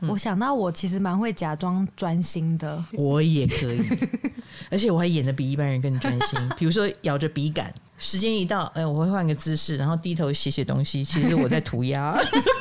我想到我其实蛮会假装专心的。 我也可以而且我还演得比一般人更专心比如说咬着笔杆，时间一到我会换个姿势，然后低头写东西，其实我在涂鸦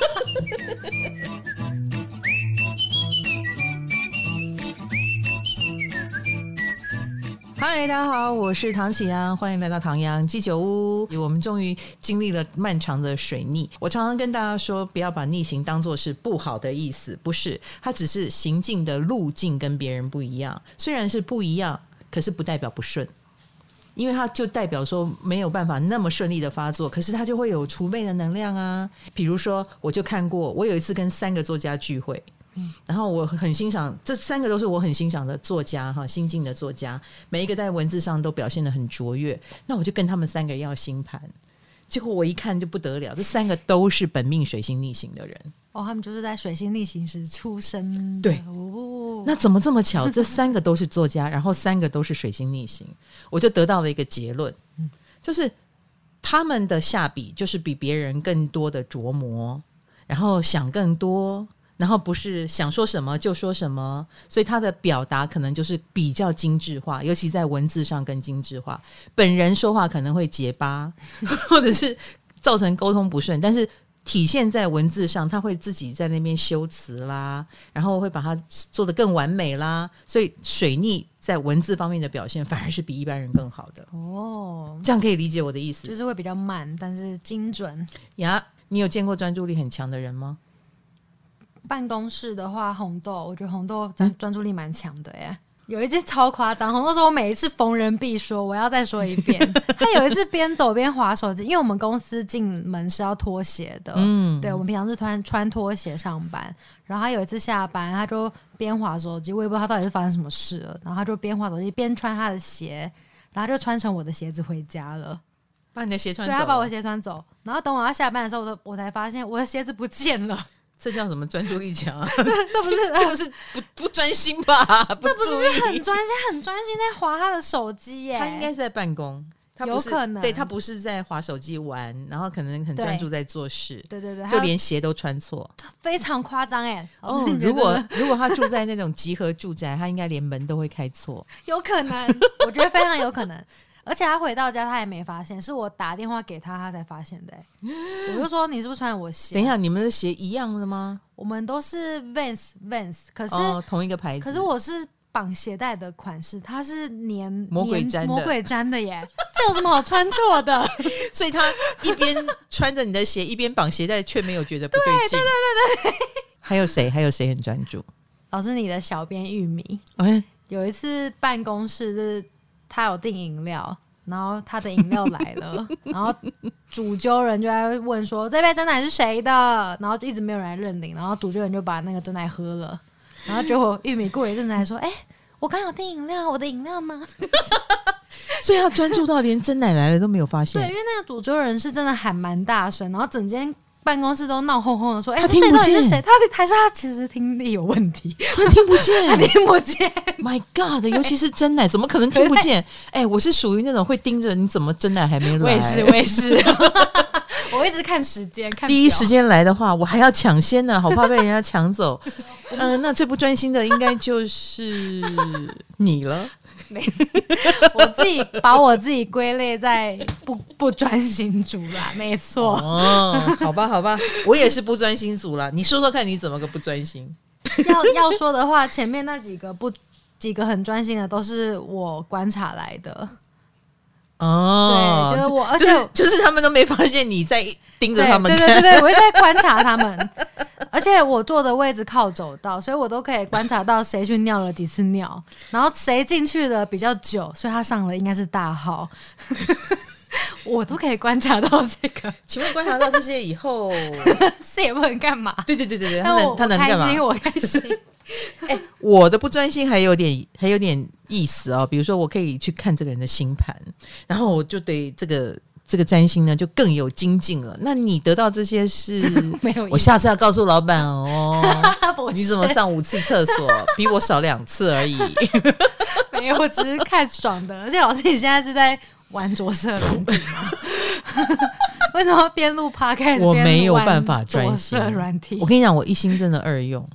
嗨，大家好，我是唐启阳，欢迎来到唐阳鸡酒屋。我们终于经历了漫长的水逆。我常常跟大家说，不要把逆行当作是不好的意思，不是，它只是行进的路径跟别人不一样。虽然是不一样，可是不代表不顺，因为它就代表说没有办法那么顺利的发作，可是它就会有储备的能量啊。比如说，我就看过，我有一次跟3个作家聚会。然后我很欣赏，这3个都是我很欣赏的作家哈，新晋的作家，每一个在文字上都表现得很卓越。那我就跟他们3个要星盘，结果我一看就不得了，这3个都是本命水星逆行的人。 他们就是在水星逆行时出生的。 对，那怎么这么巧？这3个都是作家，然后3个都是水星逆行，我就得到了一个结论，就是他们的下笔就是比别人更多的琢磨，然后想更多。然后不是想说什么就说什么，所以他的表达可能就是比较精致化，尤其在文字上更精致化。本人说话可能会结巴或者是造成沟通不顺，但是体现在文字上，他会自己在那边修辞啦，然后会把它做得更完美啦，所以水逆在文字方面的表现反而是比一般人更好的。这样可以理解我的意思， 就是会比较慢但是精准呀。你有见过专注力很强的人吗？ 办公室的话，红豆，我觉得红豆专注力蛮强的耶。有一件超夸张，红豆说我每一次逢人必说，我要再说一遍。他有一次边走边滑手机，因为我们公司进门是要脱鞋的，对，我们平常是穿拖鞋上班。然后他有一次下班，他就边滑手机，我也不知道他到底是发生什么事了。然后他就边滑手机边穿他的鞋，然后他就穿成我的鞋子回家了。 把你的鞋穿走了？ 对，他把我的鞋穿走。然后等我要下班的时候，我才发现我的鞋子不见了。 这叫什么专注力强啊？ 这不是这个是不专心吧？不注意， 这不是很专心在滑他的手机耶。 他应该是在办公，他不是，有可能，对，他不是在滑手机玩，然后可能很专注在做事。对，就连鞋都穿错， 非常夸张哎。 如果他住在那种集合住宅，他应该连门都会开错。 有可能，我觉得非常有可能。而且他回到家他也没发现，是我打电话给他才发现的。我就说你是不是穿我鞋？ 等一下，你们的鞋一样的吗？ 我们都是 Vans， 可是同一个牌子。 可是我是绑鞋带的款式，它是粘魔鬼粘的耶。这有什么好穿错的？ 所以他一边穿着你的鞋一边绑鞋带，却没有觉得不对劲。对。还有谁很专注？ 老师，你的小编玉米。有一次办公室就是他有订饮料，然后他的饮料来了，然后主揪人就在问说这杯珍奶是谁的，然后一直没有人来认领，然后主揪人就把那个珍奶喝了，然后结果玉米过一阵子还说我刚有订饮料，我的饮料呢？ 所以他专注到连珍奶来了都没有发现。 对，因为那个主揪人是真的喊蛮大声，然后整间办公室都闹哄哄的说他听不见， 是谁？还是他其实听力有问题， 他听不见他听不见。 My God， 尤其是珍奶怎么可能听不见？我是属于那种会盯着你怎么珍奶还没来。 我也是我一直看时间，看第一时间来的话我还要抢先呢，好怕被人家抢走。那最不专心的应该就是你了。 我自己把我自己归类在不专心组啦，没错。 好吧，我也是不专心组啦。你说说看，你怎么个不专心？ 要说的话，前面那几个很专心的都是我观察来的。对，就是我，而且就是他们都没发现你在盯着他们看。 对，我会在观察他们。而且我坐的位置靠走道，所以我都可以观察到谁去尿了几次尿，然后谁进去的比较久，所以他上了应该是大号。我都可以观察到这个。 请问观察到这些以后是也不能干嘛？ 对，他能干嘛？ 我开心。 我的不专心还有点意思哦。比如说我可以去看这个人的星盘，然后我就对这个占星呢就更有精进了。那你得到这些是没有？ 我下次要告诉老板哦。你怎么上5次厕所，比我少2次而已。 没有，我只是看爽的。而且老师，你现在是在玩着色软体吗？为什么边录 podcast 我没有办法专心？ 软体， 我跟你讲，我一心真的2用。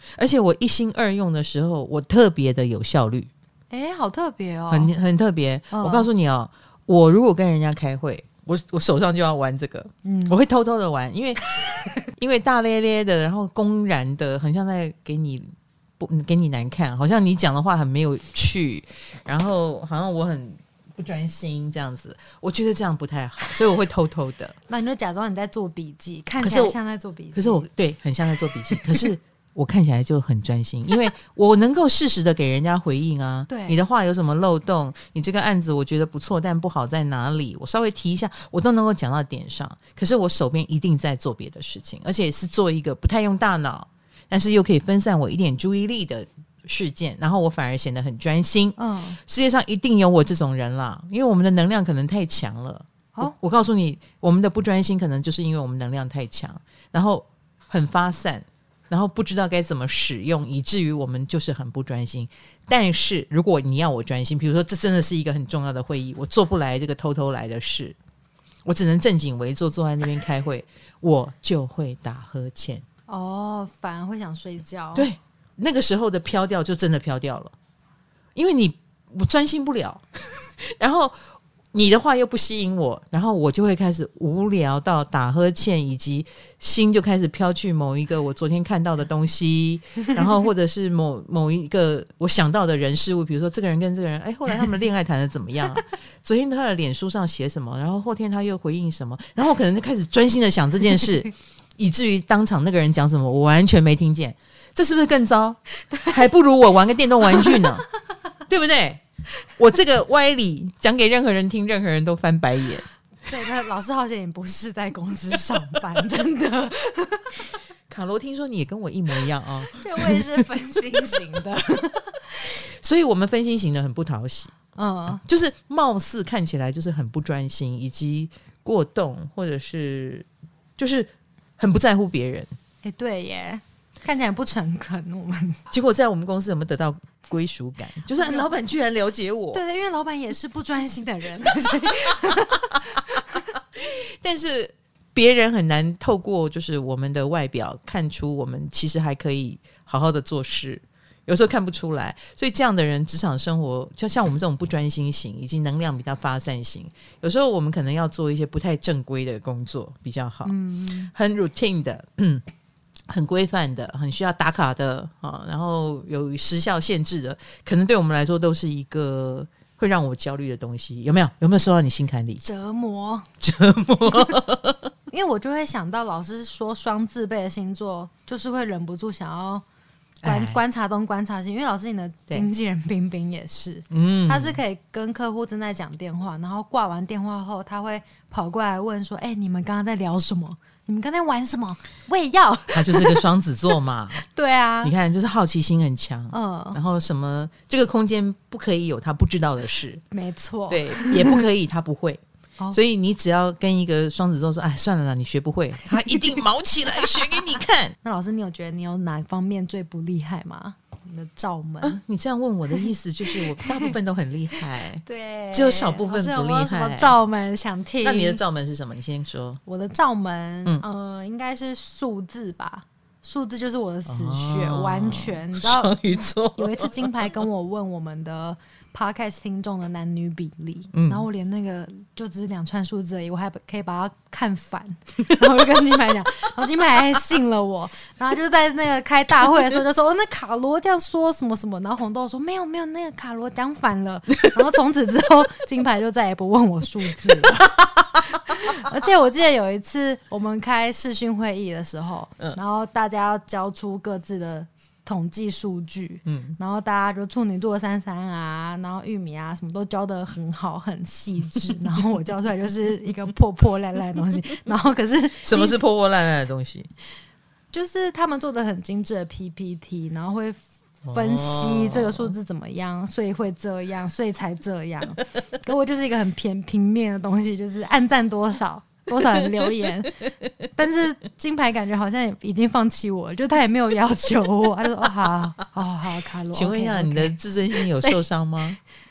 而且我一心二用的时候，我特别的有效率。 好特别哦， 很特别。我告诉你哦，我如果跟人家开会，我手上就要玩这个，我会偷偷的玩，因为大咧咧的，然后公然的，很像在给你难看，好像你讲的话很没有趣，然后好像我很不专心这样子，我觉得这样不太好，所以我会偷偷的。 那你就假装你在做笔记，看起来像在做笔记。 可是我对很像在做笔记，可是我看起来就很专心，因为我能够适时的给人家回应啊。 对， 你的话有什么漏洞？你这个案子我觉得不错，但不好在哪里？我稍微提一下，我都能够讲到点上。可是我手边一定在做别的事情，而且是做一个不太用大脑，但是又可以分散我一点注意力的事件，然后我反而显得很专心。世界上一定有我这种人啦，因为我们的能量可能太强了。我告诉你，我们的不专心可能就是因为我们能量太强，然后很发散。然后不知道该怎么使用，以至于我们就是很不专心。但是如果你要我专心，比如说这真的是一个很重要的会议，我做不来这个偷偷来的事，我只能正襟危坐坐在那边开会，我就会打呵欠。 反而会想睡觉。 对，那个时候的飘掉就真的飘掉了，因为我专心不了，然后你的话又不吸引我，然后我就会开始无聊到打呵欠，以及心就开始飘去某一个我昨天看到的东西，然后或者是某一个我想到的人事物，比如说这个人跟这个人，后来他们恋爱谈得怎么样？昨天他的脸书上写什么，然后后天他又回应什么，然后我可能就开始专心的想这件事，以至于当场那个人讲什么我完全没听见，这是不是更糟？还不如我玩个电动玩具呢，对不对？我这个歪理讲给任何人听，任何人都翻白眼。 对，他老师好像也不是在公司上班，真的。 卡罗，听说你也跟我一模一样啊？ 对，我也是分心型的， 所以我们分心型的很不讨喜。就是貌似看起来就是很不专心，以及过动，或者是就是很不在乎别人。 对耶，看起来不诚恳。我们结果在我们公司有没有得到归属感？就是老板居然了解我。 对，因为老板也是不专心的人。 但是别人很难透过就是我们的外表看出我们其实还可以好好的做事，有时候看不出来。所以这样的人职场生活就像我们这种不专心型以及能量比较发散型，有时候我们可能要做一些不太正规的工作比较好。很 routine 的很规范的，很需要打卡的然后有时效限制的，可能对我们来说都是一个会让我焦虑的东西。有没有说到你心坎里？ 折磨因为我就会想到老师说双字辈的星座就是会忍不住想要观察东观察西，因为老师你的经纪人冰冰也是，他是可以跟客户正在讲电话，然后挂完电话后他会跑过来问说你们刚刚在聊什么，你们刚才玩什么，我也要。他就是个双子座嘛。 对啊， 你看就是好奇心很强，然后什么这个空间不可以有他不知道的事， 没错， 对，也不可以他不会所以你只要跟一个双子座说算了啦，你学不会，他一定毛起来学给你看。 那老师你有觉得你有哪方面最不厉害吗？你的罩门你这样问我的意思就是我大部分都很厉害对， 只有少部分不厉害。 有没有什么罩门想听？ 那你的罩门是什么？你先说。 我的罩门应该是数字吧，数字就是我的死穴，完全你知道。 双鱼座有一次金牌跟我问我们的 podcast 听众的男女比例，然后我连那个就只是2串数字而已，我还可以把它看反，然后我就跟金牌讲，然后金牌还信了我，然后就在那个开大会的时候就说那卡罗这样说什么什么，然后红豆说没有那个卡罗讲反了，然后从此之后金牌就再也不问我数字了。而且我记得有一次我们开视讯会议的时候，然后大家要交出各自的统计数据，然后大家就处女座33啊，然后玉米啊什么都教得很好很细致，然后我教出来就是一个破破烂烂的东西。然后可是什么是破破烂烂的东西？就是他们做的很精致的 PPT， 然后会分析这个数字怎么样，所以会这样，所以才这样。可我就是一个很平面的东西，就是按赞多少人留言，但是金牌感觉好像也已经放弃我了，就他也没有要求我，他就说好卡罗。 请问一下，你的自尊心有受伤吗？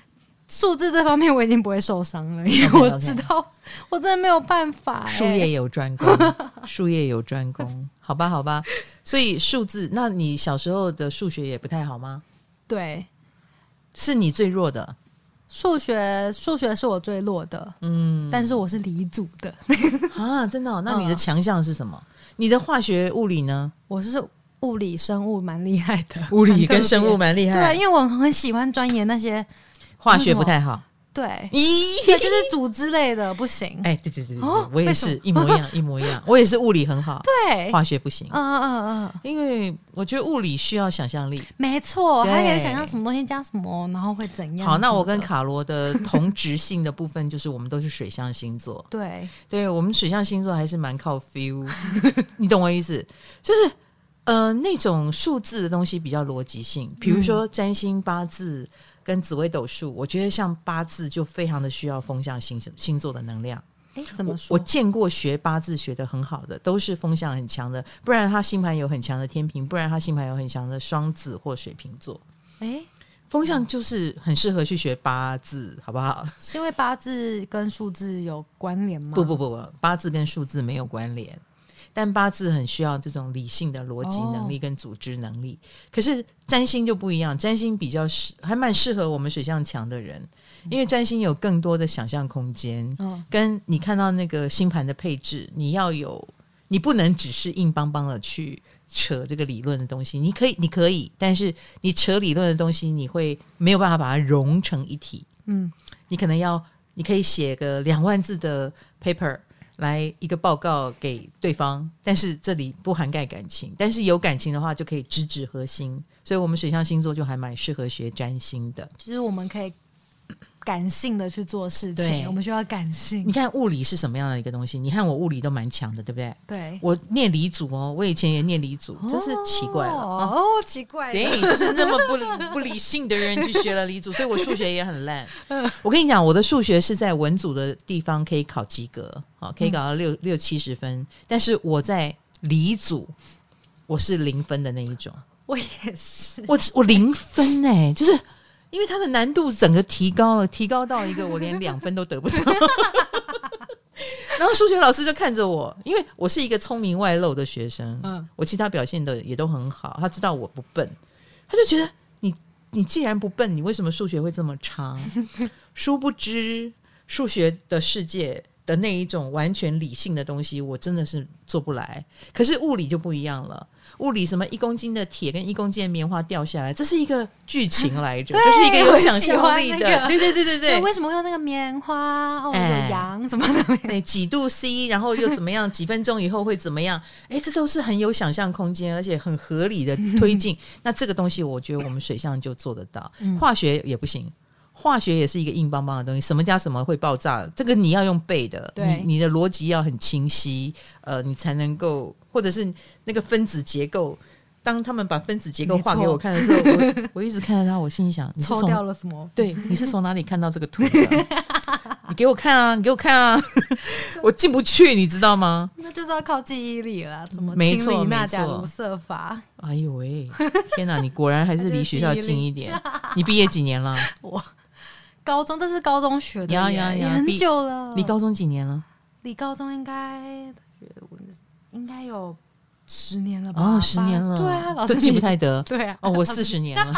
数字这方面我已经不会受伤了，因为我知道我真的没有办法。 术业有专攻，术业有专攻，好吧，好吧。所以数字，那你小时候的数学也不太好吗？ 对， 是你最弱的。 数学是我最弱的，但是我是理组的啊，真的那你的强项是什么？你的化学、物理呢？ 我是物理、生物蛮厉害的， 物理跟生物蛮厉害。 对，因为我很喜欢钻研那些。 化学不太好， 对，对，就是组织类的不行。 对，我也是一模一样，一模一样。我也是物理很好， 对， 化学不行。因为我觉得物理需要想象力， 没错，还可以想象什么东西加什么，然后会怎样。 好，那我跟卡罗的同质性的部分就是我们都是水象星座，对，我们水象星座还是蛮靠 feel， 你懂我意思？就是那种数字的东西比较逻辑性，比如说占星八字。跟紫微斗数，我觉得像八字就非常的需要风象星座的能量。 怎么说？ 我见过学八字学得很好的，都是风象很强的，不然他星盘有很强的天平，不然他星盘有很强的双子或水瓶座。风象就是很适合去学八字，好不好？ 是因为八字跟数字有关联吗？ 不，八字跟数字没有关联。但八字很需要这种理性的逻辑能力跟组织能力，可是占星就不一样，占星比较还蛮适合我们水象强的人，因为占星有更多的想象空间，跟你看到那个星盘的配置，你不能只是硬邦邦的去扯这个理论的东西，你可以，但是你扯理论的东西，你会没有办法把它融成一体。你可能你可以写个2万字的 paper。来一个报告给对方，但是这里不涵盖感情，但是有感情的话就可以直指核心，所以我们水象星座就还蛮适合学占星的， 就是我们可以感性的去做事情，我们需要感性。 你看物理是什么样的一个东西？你看我物理都蛮强的，对不对？ 对， 我念理组我以前也念理组，真是奇怪了奇怪， 对，就是那么不理性的人去学了理组，所以我数学也很烂。我跟你讲，我的数学是在文组的地方可以考及格，可以考到60-70分，但是我在理组我是0分的那一种。 我也是， 我0分就是。因为它的难度整个提高到一个我连2分都得不到然后数学老师就看着我，因为我是一个聪明外露的学生，我其他表现的也都很好，他知道我不笨，他就觉得你既然不笨，你为什么数学会这么差殊不知数学的世界的那一种完全理性的东西我真的是做不来，可是物理就不一样了，物理什么1公斤的铁跟1公斤的棉花掉下来，这是一个剧情来着这是一个有想象力的、那个、对， 为什么会有那个棉花有羊什么的， 对，几度 C 然后又怎么样几分钟以后会怎么样，这都是很有想象空间而且很合理的推进那这个东西我觉得我们水象就做得到化学也不行，化学也是一个硬邦邦的东西，什么加什么会爆炸，这个你要用背的，你的逻辑要很清晰，你才能够，或者是那个分子结构，当他们把分子结构画给我看的时候，我一直看着他，我心里想，你是抽掉了什么？ 对，你是从哪里看到这个图的？你给我看啊，你给我看啊，我进不去，你知道吗？ 那就是要靠记忆力了，什么氢离钠钾卢瑟法？ 哎呦喂，天哪，你果然还是离学校近一点。你毕业几年了？ 我高中，这是高中学的耶，也很久了。 离高中几年了？ 离高中应该有10年了吧？ 哦，10年了， 对啊，老师都记不太得。 对啊， 我40年了，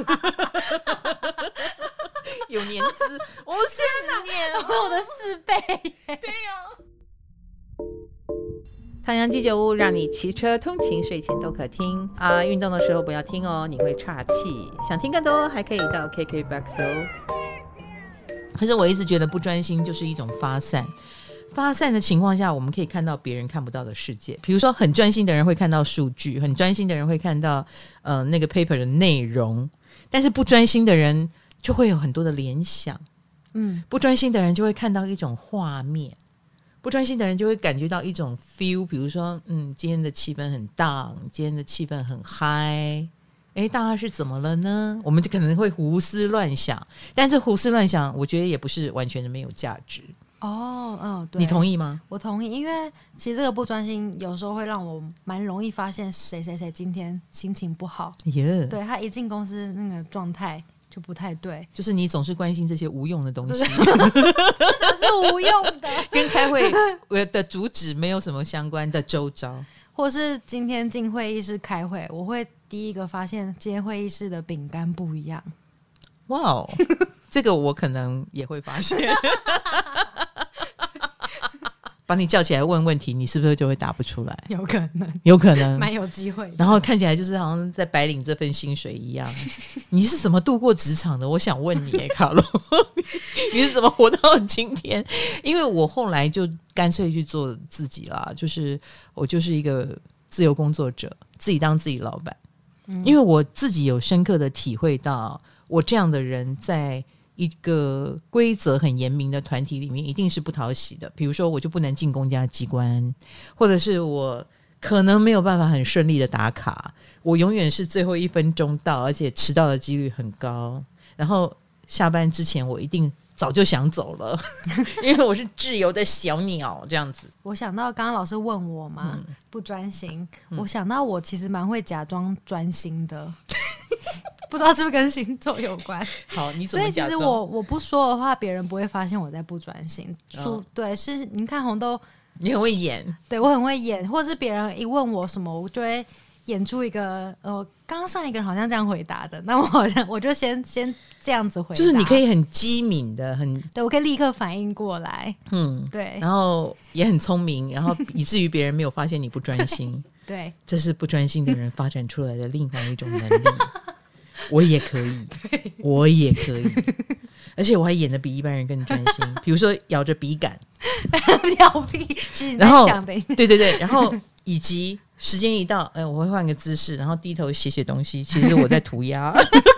有年资，我40年了， 我的4倍耶。 对呀。唐阳鸡酒屋让你骑车通勤睡前都可听啊，运动的时候不要听哦，你会岔气。想听更多还可以到 KKBOX 哦。可是我一直觉得不专心就是一种发散的情况下，我们可以看到别人看不到的世界。比如说很专心的人会看到数据，很专心的人会看到那个 paper 的内容，但是不专心的人就会有很多的联想，不专心的人就会看到一种画面，不专心的人就会感觉到一种 feel， 比如说今天的气氛很down，今天的气氛很嗨，大家是怎么了呢？我们就可能会胡思乱想，但这胡思乱想我觉得也不是完全的没有价值。对，你同意吗？ 我同意，因为其实这个不专心有时候会让我蛮容易发现谁今天心情不好，对，他一进公司那个状态就不太对。 就是你总是关心这些无用的东西， 那是无用的， 跟开会的主旨没有什么相关的周遭。 或是今天进会议室开会，我会第一个发现今天会议室的饼干不一样。 哇哦，这个我可能也会发现。把你叫起来问问题，你是不是就会答不出来？ 有可能， 有可能， 蛮有机会的。 然后看起来就是好像在白领这份薪水一样。你是怎么度过职场的？我想问你耶，卡洛，你是怎么活到今天？因为我后来就干脆去做自己啦，就是我就是一个自由工作者，自己当自己老板。因为我自己有深刻的体会到，我这样的人在一个规则很严明的团体里面一定是不讨喜的。比如说我就不能进公家机关，或者是我可能没有办法很顺利的打卡，我永远是最后1分钟到，而且迟到的几率很高，然后下班之前我一定早就想走了。因为我是自由的小鸟这样子。 我想到刚刚老师问我嘛，不专心，我想到我其实蛮会假装专心的。不知道是不是跟星座有关。 好，你怎么假装？ 所以其实我不说的话，别人不会发现我在不专心。对，是你看红豆， 你很会演。 对，我很会演，或是别人一问我什么，我就会演出一个刚刚上一个人好像这样回答的，那我就先这样子回答， 就是你可以很机敏的， 对，我可以立刻反应过来，对， 然后也很聪明，然后以至于别人没有发现你不专心。 对， 这是不专心的人发展出来的另外一种能力。我也可以，我也可以，而且我还演得比一般人更专心。比如说咬着笔杆， 咬笔，其实你在想的， 对对对，然后以及时间一到，我会换个姿势，然后低头写东西，其实我在涂鸦。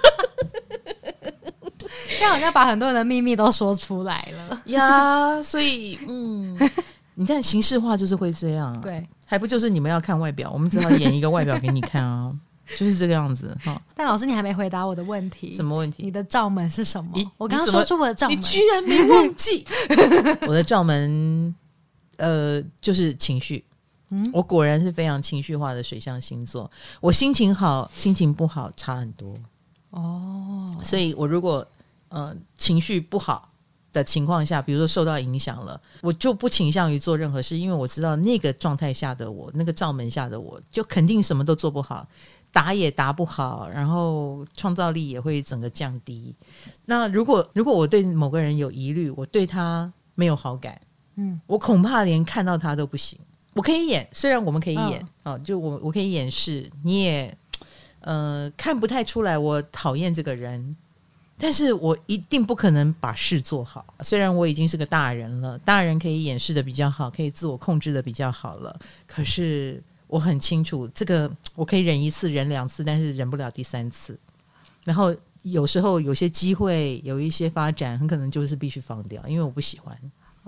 这样好像把很多人的秘密都说出来了呀。所以你看形式化就是会这样， 对， 还不就是你们要看外表，我们只好演一个外表给你看啊。就是这个样子。 但老师你还没回答我的问题。 什么问题？ 你的罩门是什么？我刚刚说出我的罩门， 你居然没忘记。我的罩门就是情绪。我果然是非常情绪化的水象星座，我心情好心情不好差很多。所以我如果情绪不好的情况下，比如说受到影响了，我就不倾向于做任何事，因为我知道那个状态下的我，那个罩门下的我就肯定什么都做不好，打也打不好，然后创造力也会整个降低。那如果我对某个人有疑虑，我对他没有好感，我恐怕连看到他都不行。我可以演，虽然我们可以演，就我可以掩饰，你也看不太出来我讨厌这个人，但是我一定不可能把事做好。虽然我已经是个大人了，大人可以掩饰的比较好，可以自我控制的比较好了，可是我很清楚这个我可以忍1次忍2次，但是忍不了第3次。然后有时候有些机会有一些发展很可能就是必须放掉，因为我不喜欢。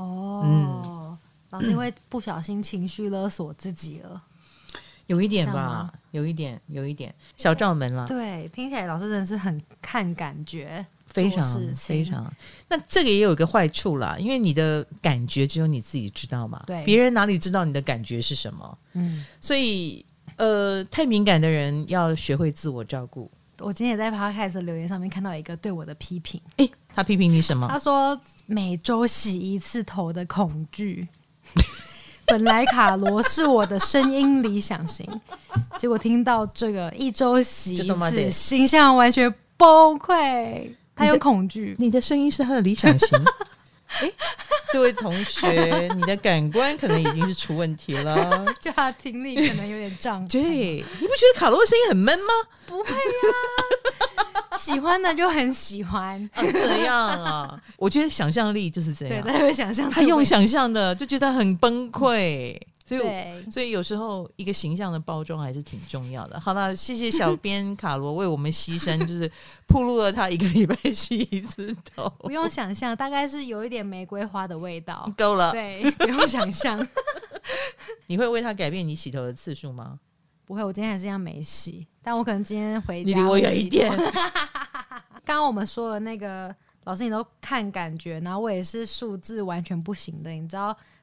老师会不小心情绪勒索自己了。 有一点吧，有一点小罩门啦。 对，听起来老师真的是很看感觉， 非常非常。那这个也有一个坏处啦，因为你的感觉只有你自己知道嘛， 对， 别人哪里知道你的感觉是什么？所以太敏感的人要学会自我照顾。 我今天也在 Podcast 的留言上面看到一个对我的批评， 他批评你什么？ 他说每周洗1次头的恐惧。本来卡罗是我的声音理想型，结果听到这个1周洗1次，形象完全崩溃。他有恐惧， 你的声音是他的理想型。这位同学，你的感官可能已经是出问题了， 就他听力可能有点障碍。 对，你不觉得卡罗的声音很闷吗？ 不会呀，喜欢的就很喜欢。 这样啊，我觉得想象力就是这样。 对，他会想象， 他用想象的就觉得很崩溃。所以有时候一个形象的包装还是挺重要的。好了，谢谢小编卡罗为我们牺牲，就是暴露了他1个礼拜洗1次头。 不用想象，大概是有一点玫瑰花的味道， 够了。 对，不用想象。 你会为他改变你洗头的次数吗？ 不会，我今天还是一样没洗，但我可能今天回家你离我远一点。 刚刚我们说的那个老师，你都看感觉，然后我也是数字完全不行的，你知道。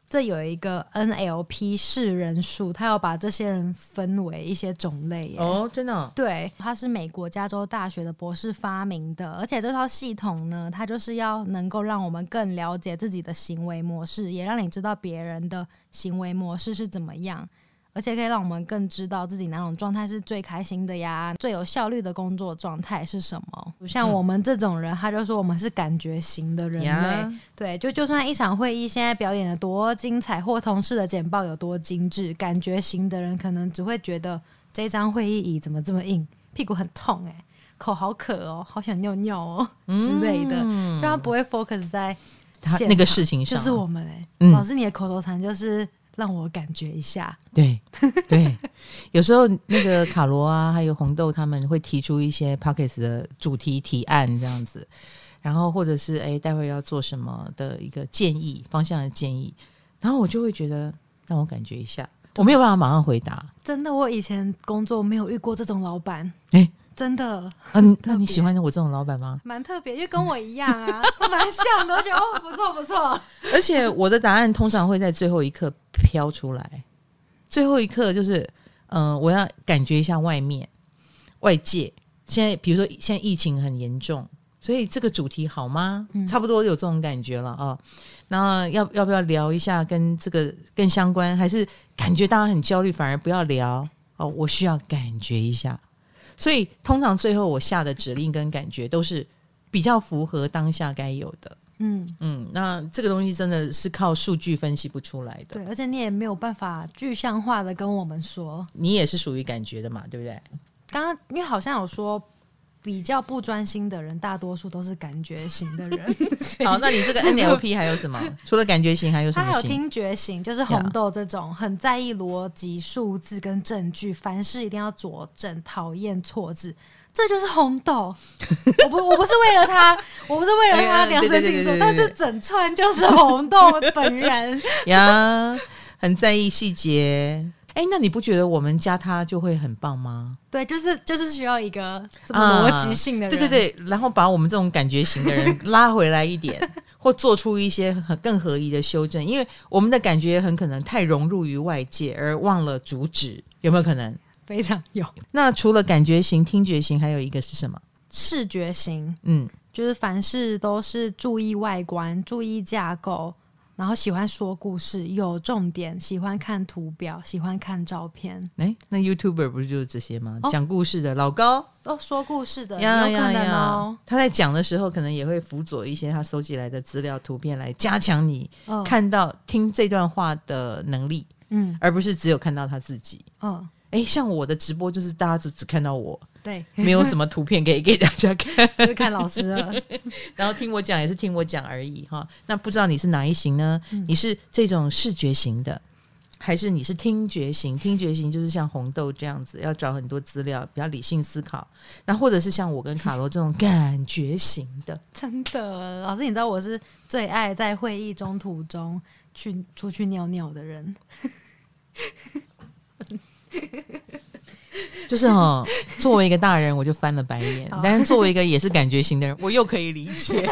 这有一个 NLP 识人术，他要把这些人分为一些种类耶。 哦，真的哦？ 对，他是美国加州大学的博士发明的，而且这套系统呢，它就是要能够让我们更了解自己的行为模式，也让你知道别人的行为模式是怎么样，而且可以让我们更知道自己哪种状态是最开心的呀，最有效率的工作状态是什么。像我们这种人，他就说我们是感觉型的人类，对，就算一场会议现在表演的多精彩，或同事的简报有多精致，感觉型的人可能只会觉得这张会议椅怎么这么硬，屁股很痛口好渴哦，好想尿尿哦之类的，就他不会 focus 在他那个事情上。 就是我们老师你的口头禅就是让我感觉一下。 对对，有时候那个卡罗啊还有红豆他们会提出一些 Podcast 的主题提案这样子，然后或者是待会要做什么的一个建议方向的建议，然后我就会觉得让我感觉一下，我没有办法马上回答。真的，我以前工作没有遇过这种老板真的那你喜欢我这种老板吗？ 蛮特别，因为跟我一样啊我蛮像的，我觉得不错不错。 而且我的答案通常会在最后一刻飘出来，最后一刻就是我要感觉一下外界现在，比如说现在疫情很严重，所以这个主题好吗？差不多有这种感觉了啊。那要不要聊一下跟这个更相关，还是感觉大家很焦虑反而不要聊我需要感觉一下。所以通常最后我下的指令跟感觉都是比较符合当下该有的。那这个东西真的是靠数据分析不出来的。 对，而且你也没有办法具象化的跟我们说。 你也是属于感觉的嘛，对不对？ 刚刚因为好像有说比较不专心的人大多数都是感觉型的人好，那你这个 NLP 还有什么？除了感觉型还有什么型？ 他还有听觉型，就是红豆这种很在意逻辑数字跟证据，凡事一定要佐证，讨厌错字，这就是红豆我不是为了他量身定做，但这整串就是红豆本人呀，很在意细节。那你不觉得我们加他就会很棒吗？ 对，就是需要一个这么逻辑性的人， 对对对，然后把我们这种感觉型的人拉回来一点或做出一些更合宜的修正，因为我们的感觉很可能太融入于外界而忘了主旨，有没有可能？ 非常有。 那除了感觉型、听觉型还有一个是什么？ 视觉型。就是凡事都是注意外观，注意架构，然后喜欢说故事，有重点，喜欢看图表，喜欢看照片。 那 YouTuber 不是就是这些吗？讲故事的老高说故事的有可能哦。 他在讲的时候可能也会辅佐一些他收集来的资料图片来加强你看到听这段话的能力，而不是只有看到他自己。像我的直播就是大家只看到我， 对， 没有什么图片可以给大家看就是看老师了然后听我讲也是听我讲而已哈。那不知道你是哪一型呢？你是这种视觉型的还是你是听觉型？听觉型就是像红豆这样子要找很多资料，比较理性思考，那或者是像我跟卡罗这种感觉型的。 真的，老师你知道我是最爱在会议途中出去尿尿的人就是作为一个大人我就翻了白眼，但是作为一个也是感觉型的人我又可以理解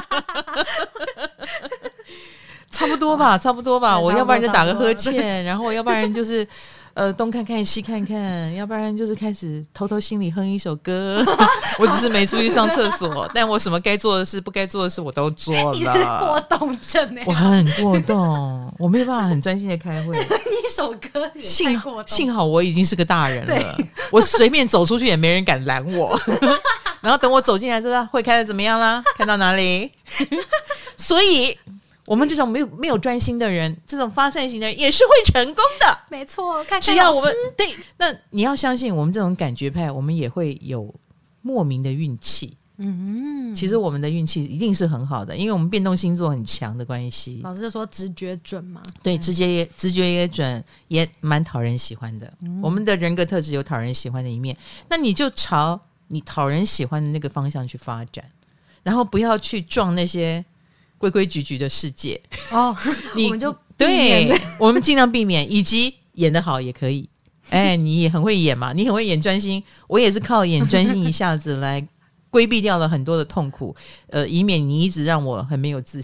差不多吧我要不然就打个呵欠，然后要不然就是东看看西看看，要不然就是开始偷偷心里哼一首歌我只是没出去上厕所但我什么该做的事不该做的事我都做了。 你是过动症我很过动我没有办法很专心的开会一首歌也太过动。 幸好我已经是个大人了，我随便走出去也没人敢拦我然后等我走进来知道会开得怎么样啦，看到哪里所以我们这种没有专心的人，这种发散型的人也是会成功的。 没错，看看只要我们对，那你要相信我们这种感觉派，我们也会有莫名的运气。其实我们的运气一定是很好的，因为我们变动星座很强的关系。 老师就说直觉准嘛， 对，直觉也准，也蛮讨人喜欢的。我们的人格特质有讨人喜欢的一面，那你就朝你讨人喜欢的那个方向去发展，然后不要去撞那些规规矩矩的世界我们就对，我们尽量避免，以及演得好也可以。你也很会演嘛，你很会演专心，我也是靠演专心一下子来规避掉了很多的痛苦，以免你一直让我很没有自信。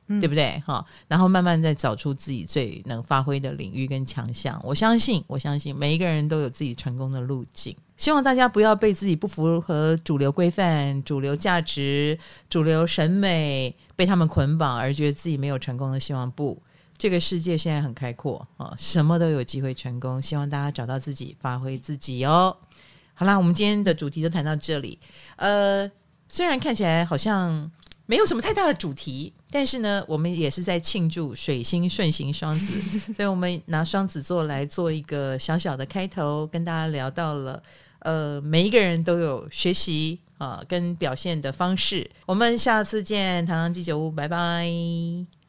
对不对哈？然后慢慢再找出自己最能发挥的领域跟强项。我相信每一个人都有自己成功的路径。希望大家不要被自己不符合主流规范、主流价值、主流审美被他们捆绑，而觉得自己没有成功的希望。不，这个世界现在很开阔啊，什么都有机会成功。希望大家找到自己，发挥自己哦。好啦，我们今天的主题就谈到这里。虽然看起来好像没有什么太大的主题，但是呢，我们也是在庆祝水星顺行双子，所以我们拿双子座来做一个小小的开头，跟大家聊到了每一个人都有学习跟表现的方式。我们下次见，唐唐鸡酒屋，拜拜。